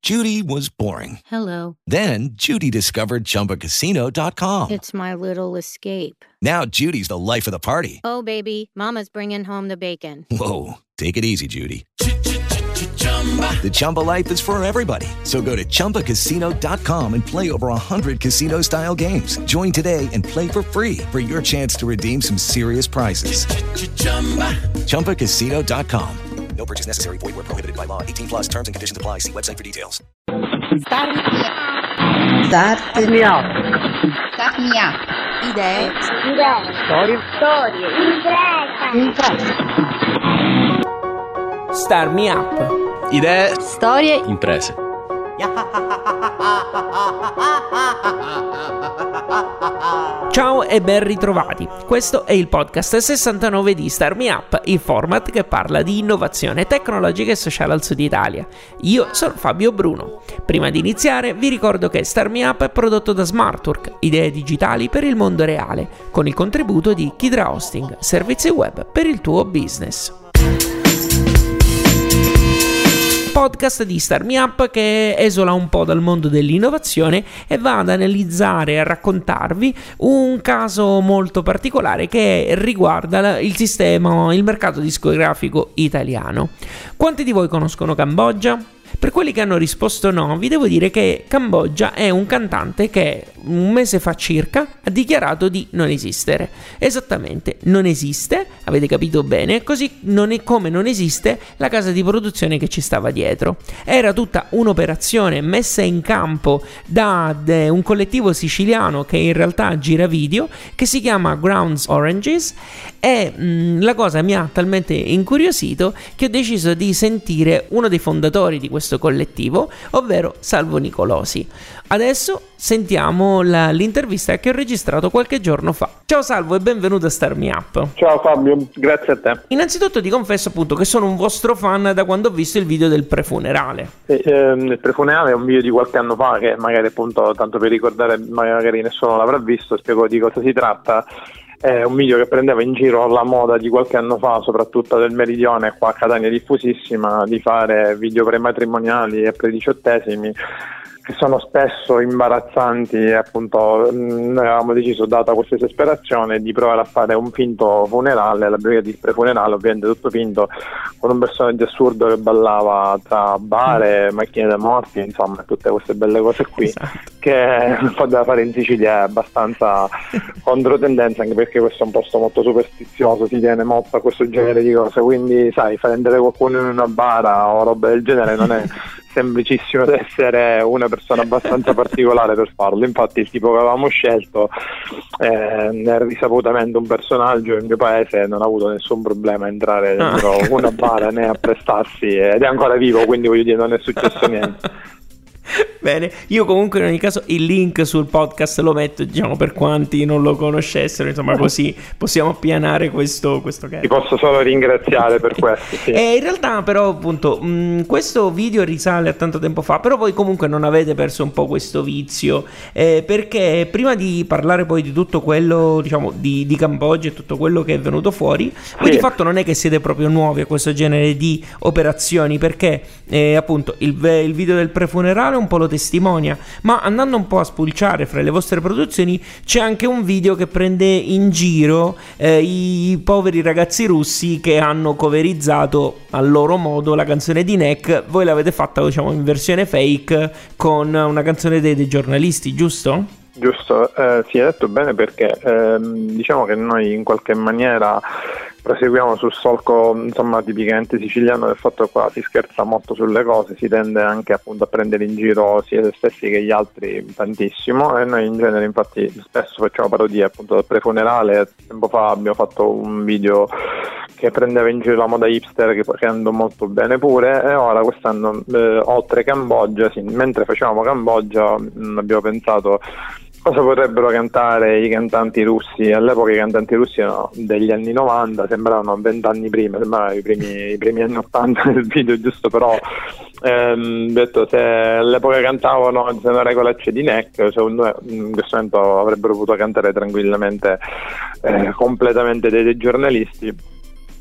Judy was boring. Hello. Then Judy discovered ChumbaCasino.com. It's my little escape. Now Judy's the life of the party. Oh, baby, mama's bringing home the bacon. Whoa, take it easy, Judy. The Chumba life is for everybody. So go to ChumbaCasino.com and play over 100 casino-style games. Join today and play for free for your chance to redeem some serious prizes. ChumbaCasino.com. No purchase necessary. Void where prohibited by law. 18 plus terms and conditions apply. See website for details. Start me up. Idee. Storie. Start me up. Idee. Storie. Imprese. Ciao e ben ritrovati. Questo è il podcast 69 di Start Me Up, il format che parla di innovazione tecnologica e sociale al Sud Italia. Io sono Fabio Bruno. Prima di iniziare vi ricordo che Start Me Up è prodotto da Smartwork, idee digitali per il mondo reale, con il contributo di Kidra Hosting, servizi web per il tuo business. Podcast di Start Me Up che esula un po' dal mondo dell'innovazione e va ad analizzare e a raccontarvi un caso molto particolare che riguarda il mercato discografico italiano. Quanti di voi conoscono Cambogia? Per quelli che hanno risposto no, vi devo dire che Cambogia è un cantante che un mese fa circa ha dichiarato di non esistere. Esattamente, non esiste, avete capito bene, così come non esiste la casa di produzione che ci stava dietro. Era tutta un'operazione messa in campo da un collettivo siciliano che in realtà gira video, che si chiama Grounds Oranges, e la cosa mi ha talmente incuriosito che ho deciso di sentire uno dei fondatori di questo collettivo, ovvero Salvo Nicolosi. Adesso sentiamo l'intervista che ho registrato qualche giorno fa. Ciao Salvo e benvenuto a Start Me Up. Ciao Fabio, grazie a te. Innanzitutto ti confesso appunto che sono un vostro fan da quando ho visto il video del prefunerale. Il prefunerale è un video di qualche anno fa che magari appunto, tanto per ricordare, magari nessuno l'avrà visto, spiego di cosa si tratta. È un video che prendeva in giro la moda di qualche anno fa, soprattutto del meridione, qua a Catania diffusissima, di fare video prematrimoniali e prediciottesimi che sono spesso imbarazzanti, e appunto noi avevamo deciso, data questa esasperazione, di provare a fare un finto funerale, la brigata di prefunerale, ovviamente tutto finto, con un personaggio assurdo che ballava tra bare, macchine da morti, insomma tutte queste belle cose qui, esatto, che da fare in Sicilia è abbastanza controtendenza, anche perché questo è un posto molto superstizioso, si tiene molto a questo genere di cose, quindi sai, fare entrare qualcuno in una bara o roba del genere non è semplicissimo, deve essere una persona abbastanza particolare per farlo. Infatti il tipo che avevamo scelto è risaputamente un personaggio il mio paese, non ha avuto nessun problema a entrare dentro una bara né a prestarsi, ed è ancora vivo, quindi voglio dire non è successo niente. Bene, io comunque in ogni caso il link sul podcast lo metto, diciamo, per quanti non lo conoscessero, insomma, così possiamo appianare questo caso. Ti posso solo ringraziare per questo, sì. In realtà però appunto questo video risale a tanto tempo fa, però voi comunque non avete perso un po' questo vizio, perché prima di parlare poi di tutto quello, diciamo, di Cambogia e tutto quello che è venuto fuori, voi di fatto non è che siete proprio nuovi a questo genere di operazioni, perché appunto il video del prefunerale un po' lo testimonia, ma andando un po' a spulciare fra le vostre produzioni c'è anche un video che prende in giro i poveri ragazzi russi che hanno coverizzato a loro modo la canzone di Nek. Voi l'avete fatta, diciamo, in versione fake con una canzone dei giornalisti, giusto? Giusto, sì, hai detto bene, perché diciamo che noi in qualche maniera proseguiamo sul solco, insomma, tipicamente siciliano, del fatto che qua si scherza molto sulle cose, si tende anche appunto a prendere in giro sia se stessi che gli altri tantissimo, e noi in genere infatti spesso facciamo parodie appunto del prefunerale. Tempo fa abbiamo fatto un video che prendeva in giro la moda hipster, che andò molto bene pure, e ora quest'anno oltre Cambogia, sì, mentre facevamo Cambogia abbiamo pensato cosa vorrebbero cantare i cantanti russi. All'epoca i cantanti russi erano degli anni 90, sembravano 20 anni prima, sembravano i primi anni 80 del video, giusto, però ho detto, se all'epoca cantavano Se una regola c'è di Nek, secondo me in questo momento avrebbero potuto cantare tranquillamente completamente dei giornalisti.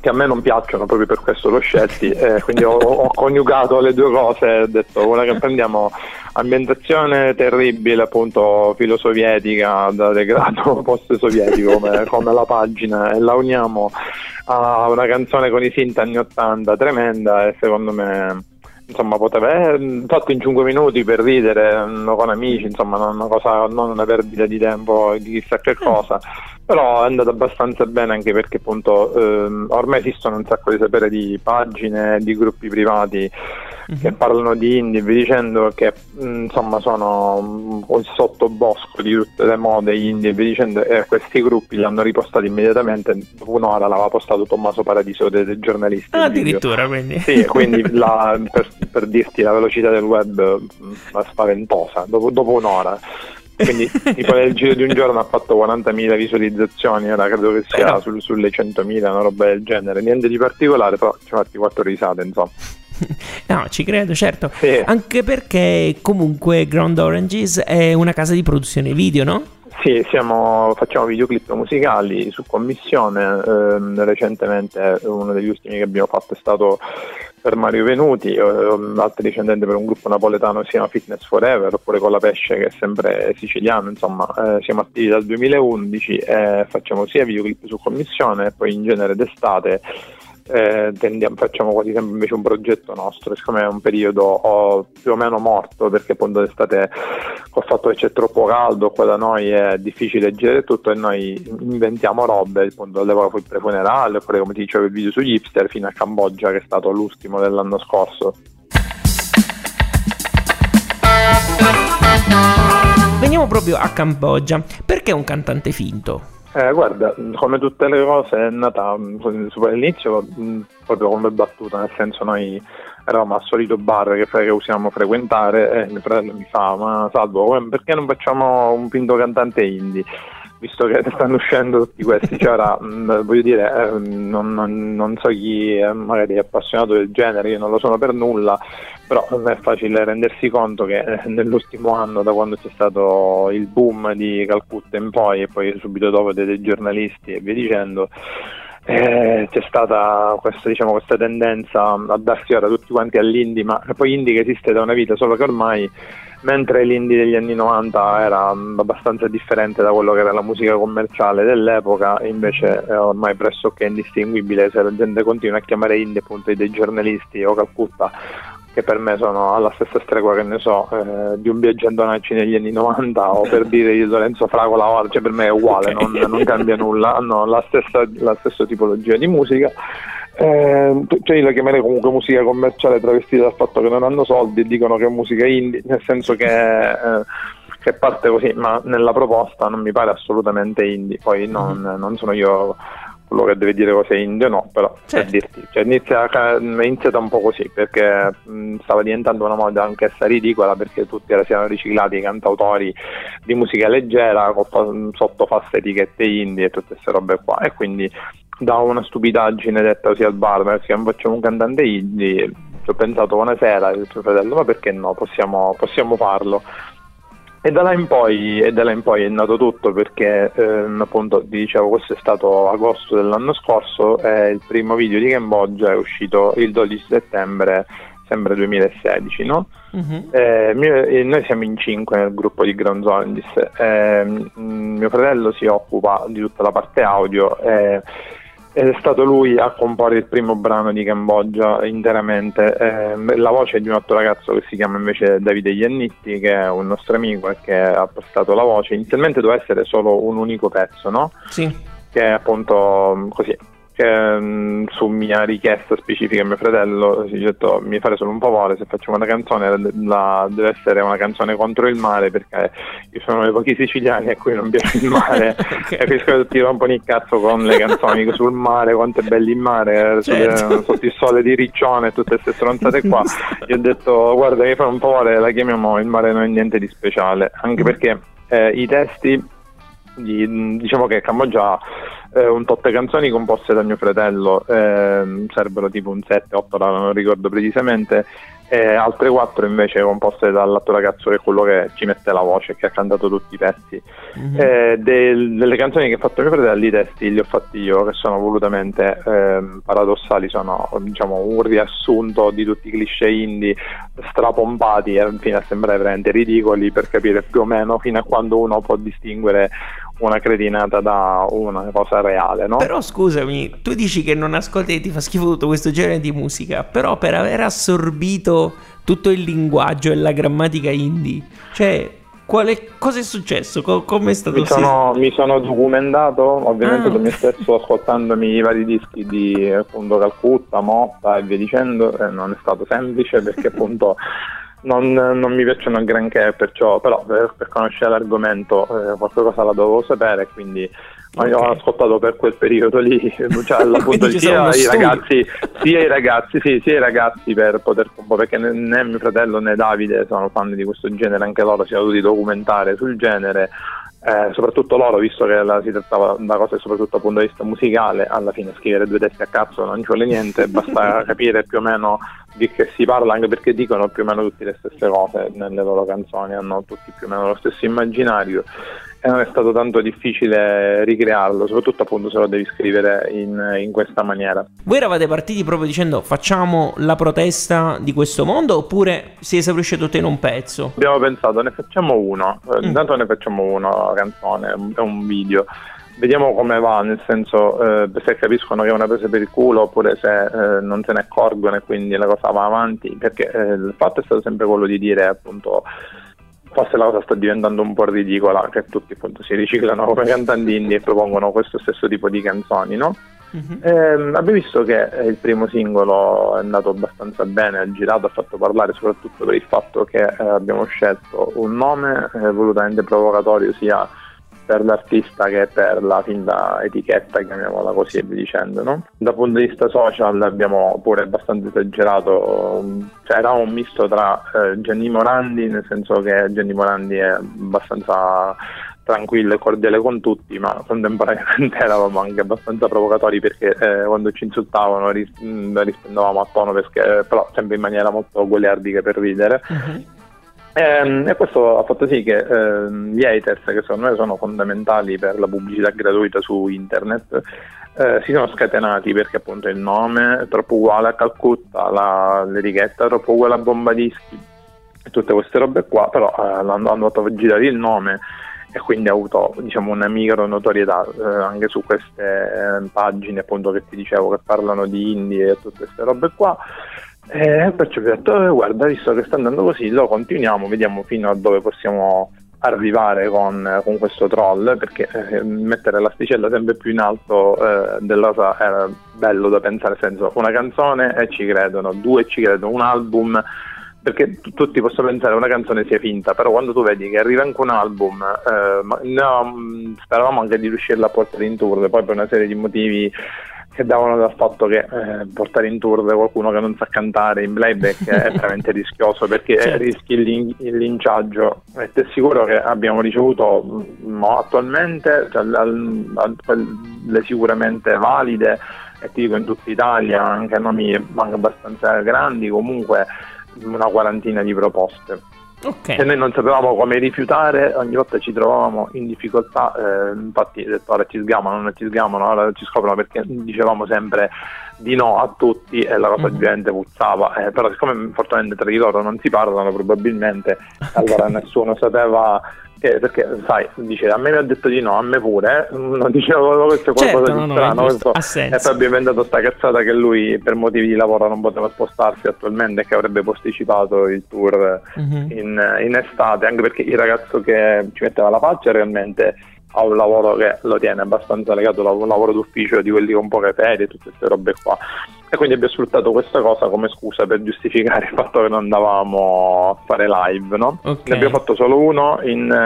che a me non piacciono, proprio per questo l'ho scelti, quindi ho coniugato le due cose, ho detto guarda che prendiamo ambientazione terribile, appunto filosovietica da degrado post-sovietico come la pagina, e la uniamo a una canzone con i synth anni 80 tremenda, e secondo me insomma poteva fatto in 5 minuti per ridere con amici, insomma non una perdita di tempo di chissà che cosa, però è andata abbastanza bene, anche perché appunto ormai esistono un sacco di sapere di pagine, di gruppi privati che parlano di indie e via dicendo, che insomma sono il sottobosco di tutte le mode indie e via dicendo, e questi gruppi li hanno ripostati immediatamente. Dopo un'ora l'aveva postato Tommaso Paradiso dei giornalisti. Addirittura, quindi sì, quindi per dirti la velocità del web spaventosa, dopo un'ora. Quindi tipo nel giro di un giorno ha fatto 40.000 visualizzazioni, ora credo che sia sulle 100.000, una roba del genere, niente di particolare, però ci ha fatti 4 risate, insomma. No, ci credo, certo. Sì. Anche perché comunque Ground Oranges è una casa di produzione video, no? Sì, facciamo videoclip musicali su commissione. Recentemente uno degli ultimi che abbiamo fatto è stato per Mario Venuti, altri discendenti per un gruppo napoletano che si chiama Fitness Forever, oppure con la Pesce, che è sempre siciliano. Insomma, siamo attivi dal 2011 e facciamo sia videoclip su commissione, e poi in genere d'estate facciamo quasi sempre invece un progetto nostro. Siccome è un periodo più o meno morto, perché appunto d'estate col fatto che c'è troppo caldo qua da noi è difficile girare tutto, e noi inventiamo robe, appunto all'epoca fu il prefunerale, oppure come ti dicevo il video sugli hipster, fino a Cambogia, che è stato l'ultimo dell'anno scorso. Veniamo proprio a Cambogia. Perché un cantante finto? Guarda, come tutte le cose è nata all'inizio proprio come battuta, nel senso noi eravamo al solito bar che usiamo frequentare, e mio fratello mi fa: ma Salvo, perché non facciamo un finto cantante indie? Visto che stanno uscendo tutti questi, cioè ora voglio dire, non so chi magari è appassionato del genere, io non lo sono per nulla, però non è facile rendersi conto che nell'ultimo anno, da quando c'è stato il boom di Calcutta in poi, e poi subito dopo dei giornalisti e via dicendo, c'è stata questa tendenza a darsi ora tutti quanti all'indie, ma poi indie che esiste da una vita, solo che ormai, mentre l'indie degli anni 90 era abbastanza differente da quello che era la musica commerciale dell'epoca, invece è ormai pressoché indistinguibile. Se la gente continua a chiamare indie appunto dei giornalisti o Calcutta, che per me sono alla stessa stregua, che ne so, di un Biagio Antonacci negli anni 90, o per dire di Lorenzo Fragola, cioè per me è uguale, non cambia nulla, hanno la stessa tipologia di musica. Cioè io la chiamerei comunque musica commerciale travestita dal fatto che non hanno soldi e dicono che è musica indie, nel senso che parte così, ma nella proposta non mi pare assolutamente indie. Poi non sono io quello che deve dire cos'è indie o no, però certo, per dirti, cioè è iniziata un po' così, perché stava diventando una moda anch'essa ridicola, perché tutti siano riciclati i cantautori di musica leggera sotto false etichette indie e tutte queste robe qua, e quindi da una stupidaggine detta così al bar, perché facciamo un cantante indie, ci ho pensato una sera, il tuo fratello, ma perché no, possiamo farlo. E da là in poi è nato tutto, perché appunto ti dicevo, questo è stato agosto dell'anno scorso, e il primo video di Cambogia è uscito il 12 settembre sempre 2016, no? Noi siamo in 5 nel gruppo di Ground Oranges, mio fratello si occupa di tutta la parte audio, ed è stato lui a comporre il primo brano di Cambogia interamente. La voce è di un altro ragazzo che si chiama invece Davide Iannitti, che è un nostro amico e che ha prestato la voce. Inizialmente doveva essere solo un unico pezzo, no? Sì. Che è appunto così, che su mia richiesta specifica mio fratello si è detto: mi fare solo un favore, se facciamo una canzone deve essere una canzone contro il mare, perché io sono dei pochi siciliani a cui non piace il mare okay. E quindi ti rompono il cazzo con le canzoni sul mare, quanto è bello il mare, certo. Sotto il sole di Riccione e tutte queste stronzate qua. Io ho detto: guarda, mi fai un favore, la chiamiamo Il mare non è niente di speciale, anche perché i testi diciamo che Cambogia ha un tot canzoni composte da mio fratello, servono tipo un 7-8, non ricordo precisamente, e altre 4 invece composte dall'altro ragazzo che è quello che ci mette la voce e che ha cantato tutti i pezzi. Delle canzoni che ha fatto mio fratello, i testi li ho fatti io, che sono volutamente paradossali, sono diciamo un riassunto di tutti i cliché indie strapompati fino a sembrare veramente ridicoli, per capire più o meno fino a quando uno può distinguere una cretinata da una cosa reale, no? Però scusami, tu dici che non ascolti e ti fa schifo tutto questo genere di musica, però per aver assorbito tutto il linguaggio e la grammatica indie, cioè cosa è successo? Come è stato? Mi sono documentato ovviamente da me stesso, ascoltandomi i vari dischi di appunto Calcutta, Motta e via dicendo, non è stato semplice perché appunto non mi piacciono granché, perciò però per conoscere l'argomento qualcosa la dovevo sapere, quindi ho ascoltato per quel periodo lì, cioè appunto sia i ragazzi per poter, perché né mio fratello né Davide sono fan di questo genere, anche loro si sono dovuti documentare sul genere. Soprattutto loro, visto che si trattava da cose soprattutto dal punto di vista musicale, alla fine scrivere 2 testi a cazzo non ci vuole niente, basta capire più o meno di che si parla, anche perché dicono più o meno tutte le stesse cose nelle loro canzoni, hanno tutti più o meno lo stesso immaginario e non è stato tanto difficile ricrearlo, soprattutto appunto se lo devi scrivere in questa maniera. Voi eravate partiti proprio dicendo facciamo la protesta di questo mondo, oppure si esaurisce tutto in un pezzo? Abbiamo pensato ne facciamo uno, intanto ne facciamo una canzone, è un video, vediamo come va, nel senso se capiscono che è una presa per il culo oppure se non se ne accorgono e quindi la cosa va avanti, perché il fatto è stato sempre quello di dire appunto forse la cosa sta diventando un po' ridicola, che tutti appunto si riciclano come cantanti indie e propongono questo stesso tipo di canzoni, no? Abbiamo visto che il primo singolo è andato abbastanza bene, ha girato, ha fatto parlare soprattutto per il fatto che abbiamo scelto un nome volutamente provocatorio sia per l'artista che per la finta etichetta, chiamiamola così e via dicendo, no? Dal punto di vista social abbiamo pure abbastanza esagerato, cioè era un misto tra Gianni Morandi, nel senso che Gianni Morandi è abbastanza tranquillo e cordiale con tutti, ma contemporaneamente eravamo anche abbastanza provocatori perché quando ci insultavano rispondevamo a tono, perché, però sempre in maniera molto goliardica per ridere. E questo ha fatto sì che gli haters, che secondo me sono fondamentali per la pubblicità gratuita su internet, si sono scatenati perché appunto il nome è troppo uguale a Calcutta, l'etichetta è troppo uguale a Bombadischi e tutte queste robe qua, però hanno fatto girare il nome e quindi ha avuto diciamo una micro notorietà anche su queste pagine appunto che ti dicevo che parlano di indie e tutte queste robe qua. Perciò vi ho detto guarda, visto che sta andando così lo continuiamo, vediamo fino a dove possiamo arrivare con questo troll, perché mettere l'asticella sempre più in alto della cosa era bello da pensare, nel senso una canzone e ci credono, 2 ci credono, un album, perché tutti possono pensare una canzone sia finta, però quando tu vedi che arriva anche un album, speravamo anche di riuscirla a portare in tour, poi per una serie di motivi che davano dal fatto che portare in tour qualcuno che non sa cantare in playback è veramente rischioso, perché certo, rischi il linciaggio, e ti assicuro che abbiamo ricevuto attualmente le sicuramente valide, e ti dico in tutta Italia anche nomi anche abbastanza grandi, comunque una quarantina di proposte. E noi non sapevamo come rifiutare, ogni volta ci trovavamo in difficoltà, infatti ora ci sgamano, ora ci scoprono, perché dicevamo sempre di no a tutti e la cosa ovviamente puzzava, però siccome fortunatamente tra di loro non si parlano probabilmente, allora nessuno sapeva perché sai, dice a me mi ha detto di no, a me pure, non dicevo questo è qualcosa di strano, e poi abbiamo inventato sta cazzata che lui per motivi di lavoro non poteva spostarsi attualmente e che avrebbe posticipato il tour in estate, anche perché il ragazzo che ci metteva la faccia realmente ha un lavoro che lo tiene abbastanza legato a un lavoro d'ufficio di quelli con poche ferie e tutte queste robe qua, e quindi abbiamo sfruttato questa cosa come scusa per giustificare il fatto che non andavamo a fare live, no? Ne abbiamo fatto solo uno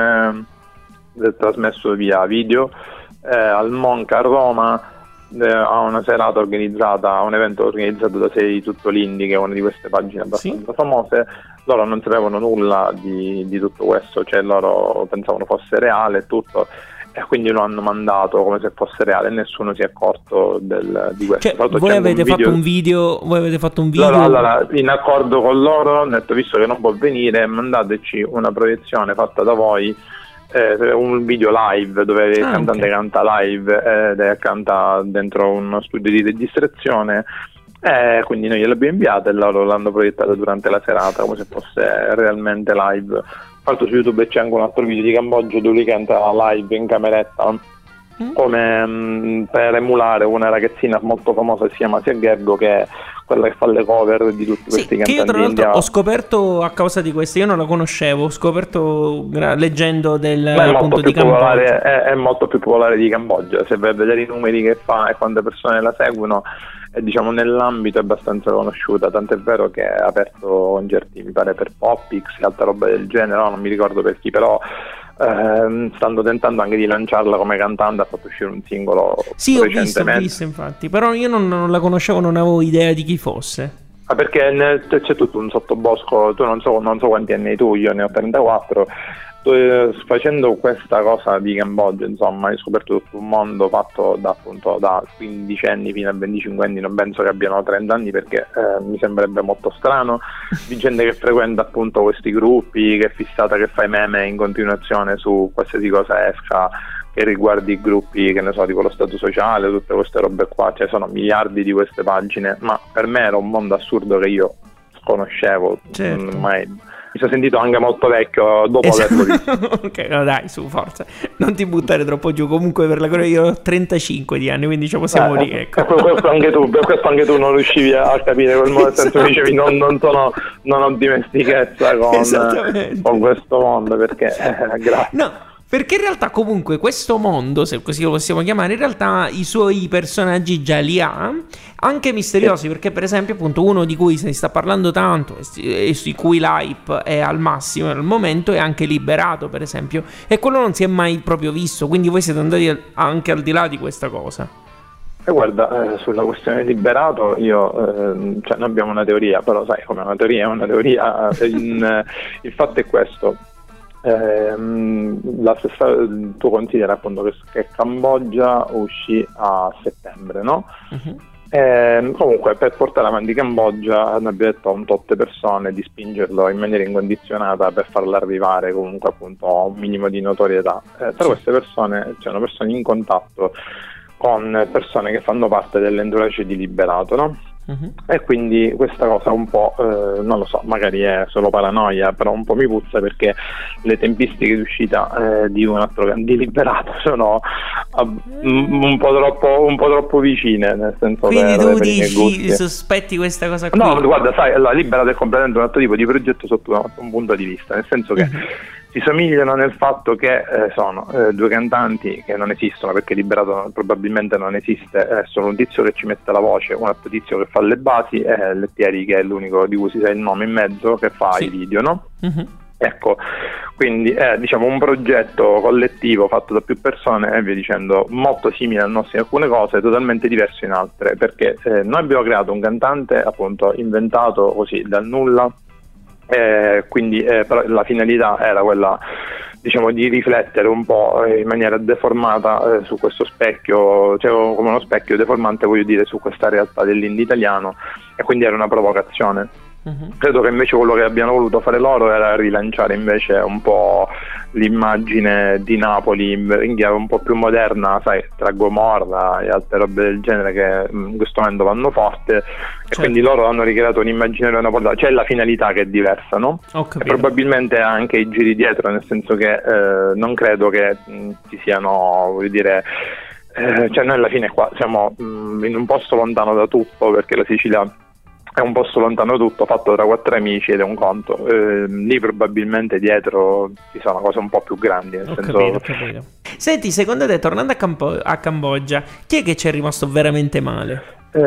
trasmesso via video al Monca a Roma, a una serata organizzata, a un evento organizzato da Sei Tutto l'Indie, che è una di queste pagine abbastanza famose. Loro non sapevano nulla di tutto questo, cioè loro pensavano fosse reale e tutto, e quindi lo hanno mandato come se fosse reale e nessuno si è accorto di questo. Cioè, voi avete fatto un video? Allora, in accordo con loro, ho detto, visto che non può venire, mandateci una proiezione fatta da voi, un video live dove il cantante canta live, canta dentro uno studio di registrazione, quindi noi gliel'abbiamo inviata e loro l'hanno proiettata durante la serata come se fosse realmente live. Tra l'altro su YouTube c'è anche un altro video di Cambogia dove lui canta live in cameretta, come per emulare una ragazzina molto famosa che si chiama Sia Gergo, che è quella che fa le cover di tutti questi cantanti. Che io tra l'altro ho scoperto a causa di questo, io non la conoscevo, ho scoperto leggendo appunto di Cambogia. È molto più popolare di Cambogia, se vai a vedere i numeri che fa e quante persone la seguono, diciamo nell'ambito è abbastanza conosciuta, tant'è vero che ha aperto concerti, mi pare per Popix e altra roba del genere, non mi ricordo per chi, però stanno tentando anche di lanciarla come cantante, ha fatto uscire un singolo recentemente. Ho visto infatti, però io non la conoscevo, non avevo idea di chi fosse. Perché c'è tutto un sottobosco, tu non so quanti anni hai tu, io ne ho 34. Facendo questa cosa di Cambogia, insomma, hai scoperto tutto un mondo fatto da 15 anni fino a 25 anni, non penso che abbiano 30 anni, perché mi sembrerebbe molto strano, di gente che frequenta appunto questi gruppi, che è fissata, che fa i meme in continuazione su qualsiasi cosa esca che riguardi i gruppi, che ne so, tipo lo stato sociale, tutte queste robe qua, cioè sono miliardi di queste pagine, ma per me era un mondo assurdo che io sconoscevo, mai. Mi sono sentito anche molto vecchio dopo averlo visto. Ok, no, dai, su, forza, non ti buttare troppo giù. Comunque per la cosa io ho 35 di anni, quindi ci possiamo dire, ecco. Questo anche tu non riuscivi a capire quel modo, nel senso che dicevi non ho dimestichezza con questo mondo, perché grazie. No, perché in realtà comunque questo mondo, se così lo possiamo chiamare, in realtà i suoi personaggi già li ha, anche misteriosi, perché per esempio appunto uno di cui si sta parlando tanto e su cui l'hype è al massimo al momento è anche Liberato, per esempio, e quello non si è mai proprio visto, quindi voi siete andati anche al di là di questa cosa. Guarda, sulla questione Liberato noi abbiamo una teoria, però sai come una teoria è una teoria. Il fatto è questo. Tu considera appunto che Cambogia uscì a settembre, no? Comunque per portare avanti Cambogia abbiamo detto a un tot persone di spingerlo in maniera incondizionata per farlo arrivare comunque appunto a un minimo di notorietà. Tra queste persone c'erano persone in contatto con persone che fanno parte dell'entourage di Liberato, no? E quindi questa cosa un po', non lo so, magari è solo paranoia, però un po' mi puzza, perché le tempistiche di uscita di un altro di Liberato sono un po' troppo vicine, nel senso quindi che tu dici, sospetti questa cosa qui? No, guarda, sai, Liberato è completamente un altro tipo di progetto sotto un punto di vista, nel senso che si somigliano nel fatto che sono due cantanti che non esistono, perché Liberato probabilmente non esiste, sono un tizio che ci mette la voce, un altro tizio che fa le basi e Lettieri, che è l'unico di cui si sa il nome in mezzo, che fa i video, no? Ecco, quindi è diciamo un progetto collettivo fatto da più persone e via dicendo, molto simile al nostro in alcune cose, totalmente diverso in altre, perché noi abbiamo creato un cantante appunto inventato così dal nulla. Quindi però la finalità era quella, diciamo, di riflettere un po' in maniera deformata su questo specchio, cioè come uno specchio deformante, voglio dire, su questa realtà dell'indie italiano, e quindi era una provocazione. Credo che invece quello che abbiano voluto fare loro era rilanciare invece un po' l'immagine di Napoli in chiave un po' più moderna, sai, tra Gomorra e altre robe del genere che in questo momento vanno forte, e quindi loro hanno ricreato un'immaginario napoletano, c'è la finalità che è diversa, no? E probabilmente anche i giri dietro, nel senso che non credo che ci siano, voglio dire, cioè noi alla fine qua siamo in un posto lontano da tutto, perché la Sicilia è un posto lontano da tutto, fatto da 4 amici ed è un conto. Lì probabilmente dietro ci sono cose un po' più grandi, nel senso... Capito. Senti, secondo te, tornando a Cambogia, chi è che ci è rimasto veramente male?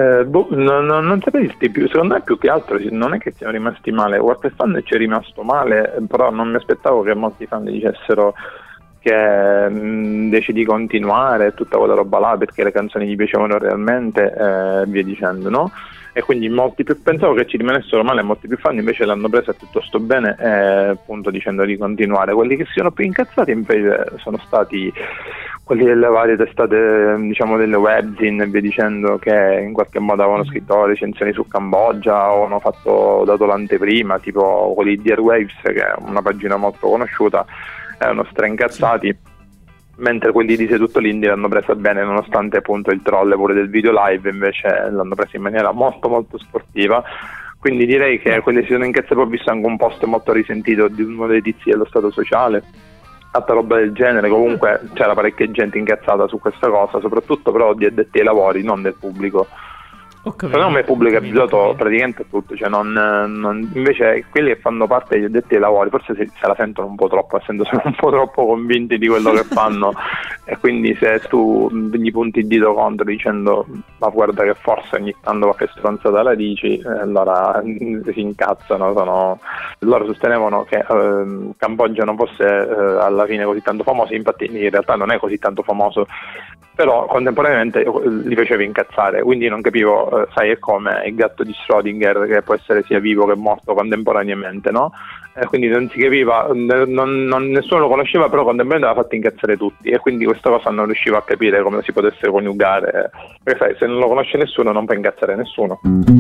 Non saprei dirti più, secondo me più che altro non è che siano rimasti male, qualche fan ci è rimasto male, però non mi aspettavo che molti fan dicessero che decidi di continuare tutta quella roba là perché le canzoni gli piacevano realmente, via dicendo, no? E quindi molti più, pensavo che ci rimanessero male, molti più fan invece l'hanno presa piuttosto bene, appunto dicendo di continuare. Quelli che si sono più incazzati invece sono stati quelli delle varie testate, diciamo delle webzine e via dicendo, che in qualche modo avevano scritto recensioni su Cambogia o hanno dato l'anteprima, tipo quelli di Airwaves, che è una pagina molto conosciuta, erano straincazzati, mentre quelli di Sei tutto l'Indie l'hanno presa bene, nonostante appunto il troll pure del video live invece l'hanno presa in maniera molto molto sportiva. Quindi direi che quelli si sono incazzati. Ho visto anche un post molto risentito di uno dei tizi dello Stato Sociale, altra roba del genere. Comunque c'era parecchia gente incazzata su questa cosa, soprattutto però di addetti ai lavori, non del pubblico. Secondo me il pubblico è abituato praticamente a tutto, cioè invece quelli che fanno parte degli addetti ai lavori forse se la sentono un po' troppo, essendo un po' troppo convinti di quello che fanno, e quindi se tu gli punti il dito contro dicendo ma guarda che forse ogni tanto qualche stronzata la dici, allora si incazzano. Loro sostenevano che Cambogia non fosse alla fine così tanto famoso, infatti in realtà non è così tanto famoso, però contemporaneamente li faceva incazzare, quindi non capivo, sai, è come il gatto di Schrödinger, che può essere sia vivo che morto contemporaneamente, no? Quindi non si capiva, nessuno lo conosceva, però contemporaneamente aveva fatto incazzare tutti, e quindi questa cosa non riuscivo a capire come si potesse coniugare, perché sai, se non lo conosce nessuno non può incazzare nessuno.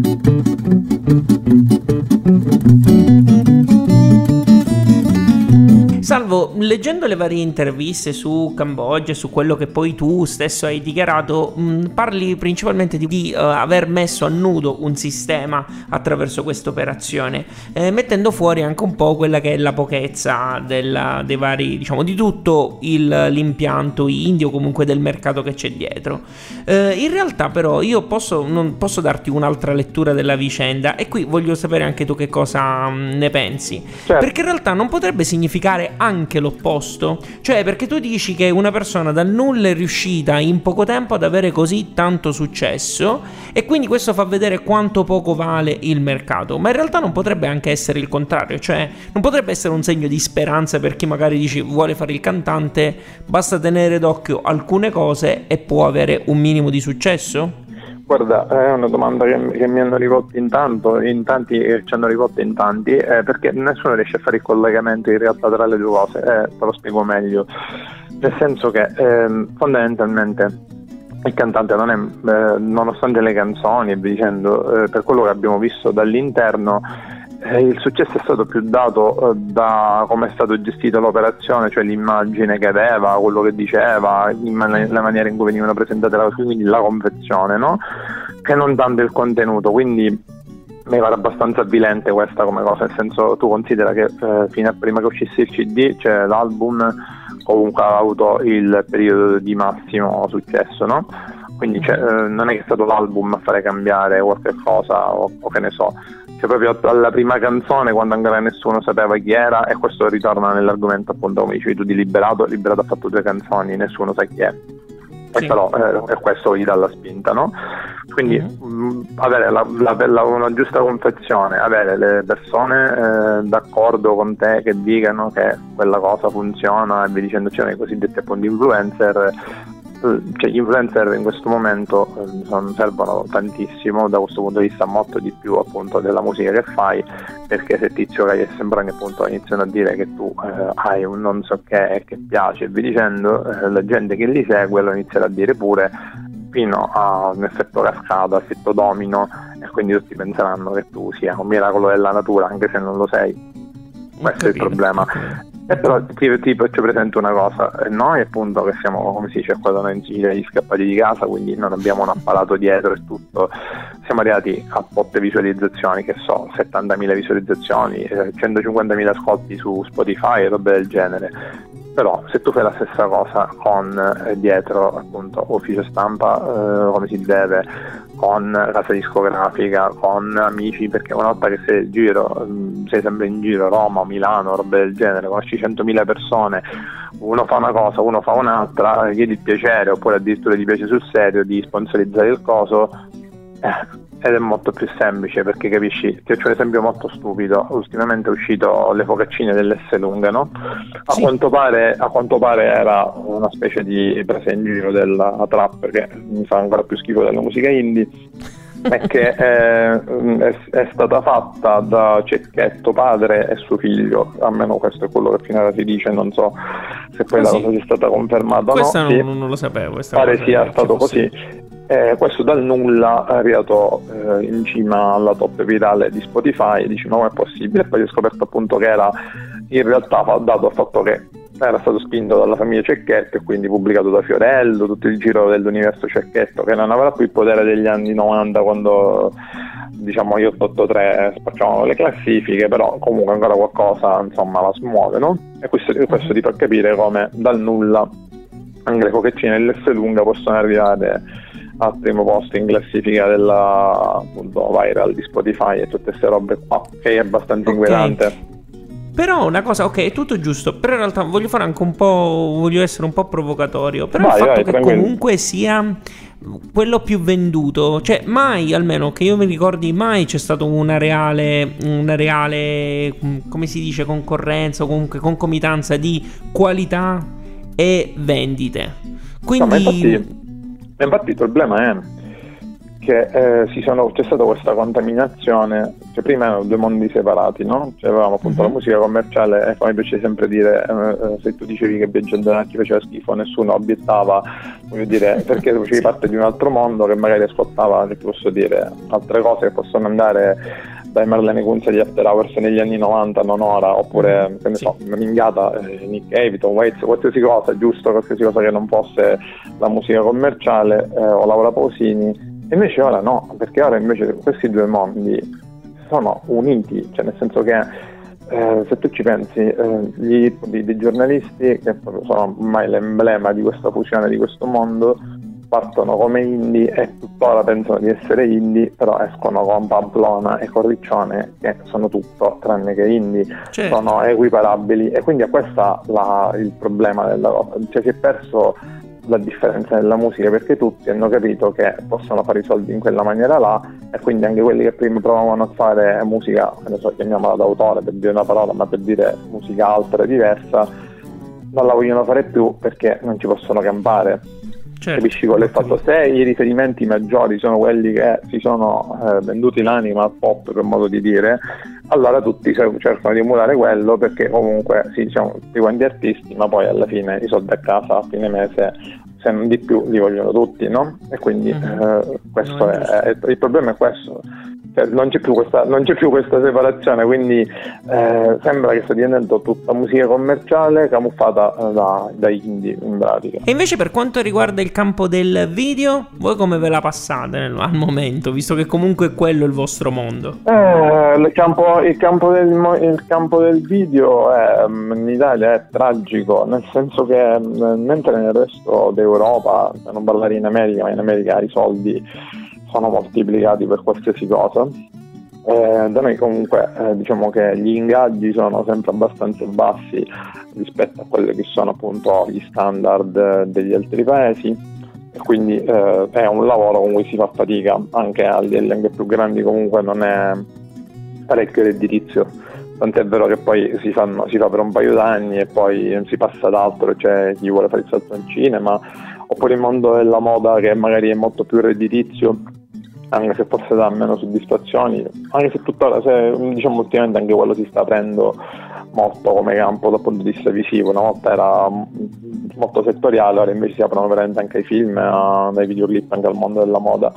Salvo, leggendo le varie interviste su Cambogia, su quello che poi tu stesso hai dichiarato, parli principalmente di aver messo a nudo un sistema attraverso questa operazione, mettendo fuori anche un po' quella che è la pochezza dei vari, diciamo, di tutto l'impianto indie, o comunque del mercato che c'è dietro. In realtà però io non posso darti un'altra lettura della vicenda, e qui voglio sapere anche tu che cosa ne pensi. Certo. Perché in realtà non potrebbe significare anche l'opposto, cioè perché tu dici che una persona dal nulla è riuscita in poco tempo ad avere così tanto successo, e quindi questo fa vedere quanto poco vale il mercato, ma in realtà non potrebbe anche essere il contrario, cioè non potrebbe essere un segno di speranza per chi magari vuole fare il cantante, basta tenere d'occhio alcune cose e può avere un minimo di successo? Guarda, è una domanda che mi hanno rivolto in tanti che ci hanno rivolto in tanti, perché nessuno riesce a fare il collegamento in realtà tra le due cose, te lo spiego meglio, nel senso che fondamentalmente il cantante non è, nonostante le canzoni e via dicendo, per quello che abbiamo visto dall'interno, il successo è stato più dato da come è stato gestita l'operazione, cioè l'immagine che aveva, quello che diceva, la maniera in cui venivano presentate le cose, quindi la confezione, no? Che non tanto il contenuto. Quindi mi pare abbastanza avvilente questa come cosa, nel senso, tu considera che fino a prima che uscisse il CD, cioè l'album comunque ha avuto il periodo di massimo successo, no? Quindi non è che è stato l'album a fare cambiare qualche cosa o che ne so, cioè proprio alla prima canzone, quando ancora nessuno sapeva chi era, e questo ritorna nell'argomento appunto come dicevi tu di Liberato ha fatto 2 canzoni, nessuno sa chi è, sì. Però questo gli dà la spinta, no? Quindi avere una giusta confezione, avere le persone d'accordo con te che dicano che quella cosa funziona e via dicendo, c'erano i cosiddetti appunto influencer. Cioè gli influencer in questo momento servono tantissimo da questo punto di vista, molto di più appunto della musica che fai, perché se Tizio Caio e Sembrani appunto iniziano a dire che tu hai un non so che piace e via dicendo, la gente che li segue lo inizierà a dire pure, fino a un effetto cascata, effetto domino, e quindi tutti penseranno che tu sia un miracolo della natura anche se non lo sei. Questo è il problema. Però ti faccio presente una cosa, noi appunto che siamo, come si dice qua da noi in Sicilia, gli scappati di casa, quindi non abbiamo un apparato dietro e tutto, siamo arrivati a botte visualizzazioni, che so, 70.000 visualizzazioni, 150.000 ascolti su Spotify e robe del genere. Però se tu fai la stessa cosa con dietro appunto ufficio stampa, come si deve, con casa discografica, con amici, perché una volta che sei sempre in giro, Roma, Milano, robe del genere, conosci 100.000 persone, uno fa una cosa, uno fa un'altra, chiedi il piacere oppure addirittura ti piace sul serio di sponsorizzare il coso, ed è molto più semplice, perché capisci, ti faccio un esempio molto stupido, ultimamente è uscito le focaccine dell'S lunga, no? A quanto pare era una specie di presa in giro della trap, che mi fa ancora più schifo della musica indie, è che è stata fatta da Cecchetto padre e suo figlio, almeno questo è quello che finora si dice, non so se poi la cosa sia stata confermata o no. Questa non lo sapevo, pare sia stato così. Questo dal nulla è arrivato in cima alla top virale di Spotify, dice no, è possibile, e poi si è scoperto appunto che era in realtà dato al fatto che era stato spinto dalla famiglia Cecchetto e quindi pubblicato da Fiorello, tutto il giro dell'universo Cecchetto, che non avrà più il potere degli anni 90 quando diciamo gli 883 facciamo le classifiche, però comunque ancora qualcosa insomma la smuove, no? E questo ti fa capire come dal nulla anche le fochettine dell'Esselunga possono arrivare al primo posto in classifica della appunto viral di Spotify e tutte queste robe qua, che è abbastanza inquietante. Però una cosa, ok, è tutto giusto, però in realtà voglio essere un po' provocatorio, però il fatto che comunque sia quello più venduto, cioè mai, almeno che io mi ricordi, mai c'è stato una reale, come si dice, concorrenza o comunque concomitanza di qualità e vendite. Quindi no, infatti il problema è che c'è stata questa contaminazione, cioè prima erano due mondi separati, no? Cioè avevamo appunto la musica commerciale, e poi mi piace sempre dire se tu dicevi che Biagio Donati faceva schifo nessuno obiettava, voglio dire, perché facevi parte di un altro mondo che magari ascoltava, che ti posso dire, altre cose che possono andare dai Marlene Kunz di After Hours negli anni 90, non ora, oppure che ne so, una minchiata, Nick Cave, Tom Waits, qualsiasi cosa, giusto, qualsiasi cosa che non fosse la musica commerciale o Laura Pausini. E invece ora no, perché ora invece questi due mondi sono uniti, cioè nel senso che se tu ci pensi, gli dei giornalisti, che sono ormai l'emblema di questa fusione, di questo mondo, partono come indie e tuttora pensano di essere indie, però escono con Pamplona e Corriccione, che sono tutto tranne che indie, certo. Sono equiparabili, e quindi a questa il problema della cosa, cioè si è perso la differenza nella musica, perché tutti hanno capito che possono fare i soldi in quella maniera là, e quindi anche quelli che prima provavano a fare musica, ne so, chiamiamola d'autore per dire una parola, ma per dire musica altra e diversa, non la vogliono fare più perché non ci possono campare. Certo. Capisci quello è fatto? Se i riferimenti maggiori sono quelli che si sono venduti l'anima al pop, per modo di dire, allora tutti cercano di emulare quello, perché comunque sì, diciamo tutti quanti artisti, ma poi alla fine i soldi a casa a fine mese, se non di più, li vogliono tutti, no? E quindi questo è il problema, è questo. Cioè, non c'è più questa separazione, quindi sembra che sta diventando tutta musica commerciale camuffata da indie in pratica. E invece per quanto riguarda il campo del video, voi come ve la passate al momento, visto che comunque è quello il vostro mondo? Il campo del video in Italia è tragico, nel senso che mentre nel resto d'Europa, per non parlare in America, ma in America i soldi sono moltiplicati per qualsiasi cosa, da noi comunque diciamo che gli ingaggi sono sempre abbastanza bassi rispetto a quelli che sono appunto gli standard degli altri paesi, e quindi è un lavoro con cui si fa fatica, anche a livelli anche più grandi comunque non è parecchio redditizio, tant'è vero che poi si fa per un paio d'anni e poi si passa ad altro, c'è chi vuole fare il salto in cinema, oppure il mondo della moda che magari è molto più redditizio, anche se forse dà meno soddisfazioni, anche se tuttora, diciamo ultimamente anche quello si sta aprendo molto come campo dal punto di vista visivo. Una volta era molto settoriale, ora invece si aprono veramente anche ai film, dai videoclip, anche al mondo della moda.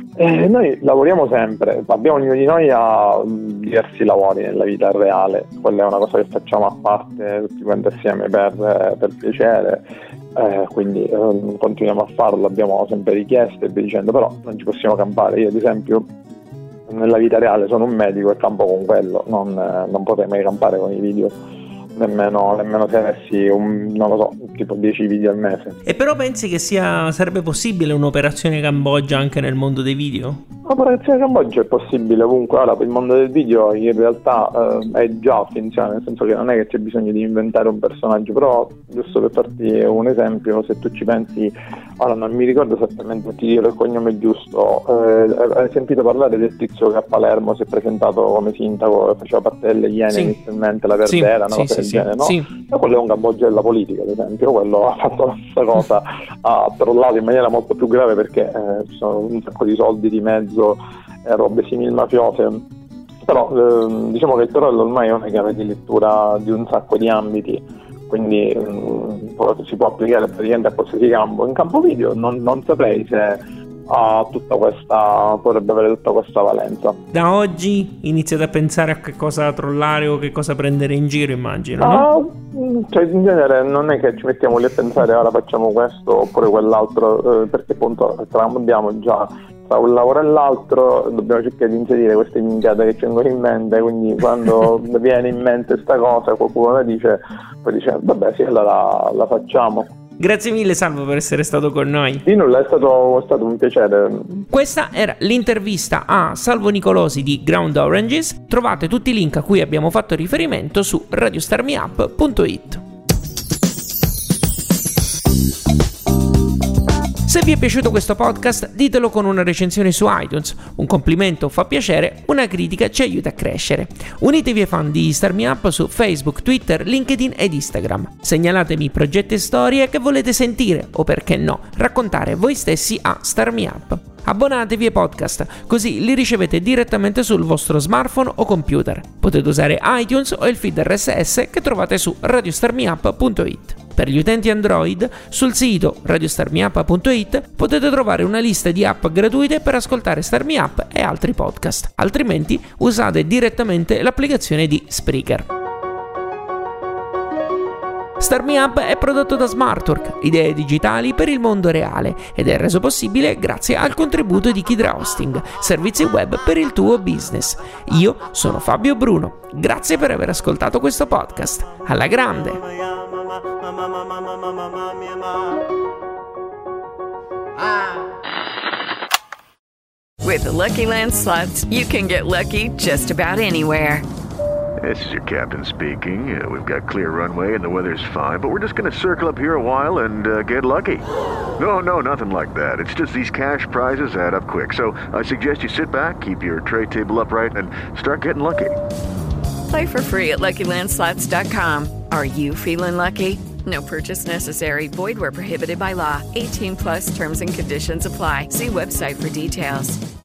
Noi lavoriamo sempre, abbiamo ognuno di noi ha diversi lavori nella vita reale, quella è una cosa che facciamo a parte tutti quanti assieme per piacere, quindi continuiamo a farlo, abbiamo sempre richieste e via dicendo, però non ci possiamo campare. Io ad esempio nella vita reale sono un medico e campo con quello, non potrei mai campare con i video, nemmeno se avessi non lo so, tipo 10 video al mese. E però pensi che sarebbe possibile un'operazione Cambogia anche nel mondo dei video? L'operazione Cambogia è possibile ovunque. Ora, per il mondo del video in realtà è già finzione, nel senso che non è che c'è bisogno di inventare un personaggio, però giusto per farti un esempio, se tu ci pensi, ora non mi ricordo esattamente, ti dirò il cognome giusto, hai sentito parlare del tizio che a Palermo si è presentato come sindaco, faceva parte delle Iene inizialmente, la Verdera, una cosa del genere, no? Sì. E quello è un Cambogia della politica, ad esempio, quello ha fatto la stessa cosa, ha trollato in maniera molto più grave perché ci sono un sacco di soldi di mezzo, robe simili mafiose, però diciamo che il Torello ormai è una chiave di lettura di un sacco di ambiti, quindi si può applicare praticamente a qualsiasi campo. In campo video non saprei se potrebbe avere tutta questa valenza. Da oggi iniziate a pensare a che cosa trollare o che cosa prendere in giro, immagino, no? Cioè, in genere non è che ci mettiamo lì a pensare ora facciamo questo oppure quell'altro, perché appunto tramondiamo già tra un lavoro e l'altro, dobbiamo cercare di inserire queste minchiate che ci vengono in mente, quindi quando viene in mente sta cosa qualcuno la dice, poi dice vabbè sì, allora la facciamo. Grazie mille Salvo per essere stato con noi. Di nulla, è stato un piacere. Questa era l'intervista a Salvo Nicolosi di Ground Oranges. Trovate tutti i link a cui abbiamo fatto riferimento su radiostarmiup.it. Se vi è piaciuto questo podcast, ditelo con una recensione su iTunes. Un complimento fa piacere, una critica ci aiuta a crescere. Unitevi ai fan di Start Me Up su Facebook, Twitter, LinkedIn ed Instagram. Segnalatemi progetti e storie che volete sentire o, perché no, raccontare voi stessi a Start Me Up. Abbonatevi ai podcast, così li ricevete direttamente sul vostro smartphone o computer. Potete usare iTunes o il feed RSS che trovate su radiostarmiup.it. Per gli utenti Android, sul sito radiostarmiup.it potete trovare una lista di app gratuite per ascoltare Start Me Up e altri podcast. Altrimenti usate direttamente l'applicazione di Spreaker. Start Me Up è prodotto da Smartwork, idee digitali per il mondo reale, ed è reso possibile grazie al contributo di Kidra Hosting, servizi web per il tuo business. Io sono Fabio Bruno, grazie per aver ascoltato questo podcast. Alla grande! With the Lucky Land Slots, you can get lucky just about anywhere. This is your captain speaking. We've got clear runway and the weather's fine, but we're just going to circle up here a while and get lucky. No, nothing like that. It's just these cash prizes add up quick. So I suggest you sit back, keep your tray table upright, and start getting lucky. Play for free at LuckyLandSlots.com. Are you feeling lucky? No purchase necessary. Void where prohibited by law. 18+ terms and conditions apply. See website for details.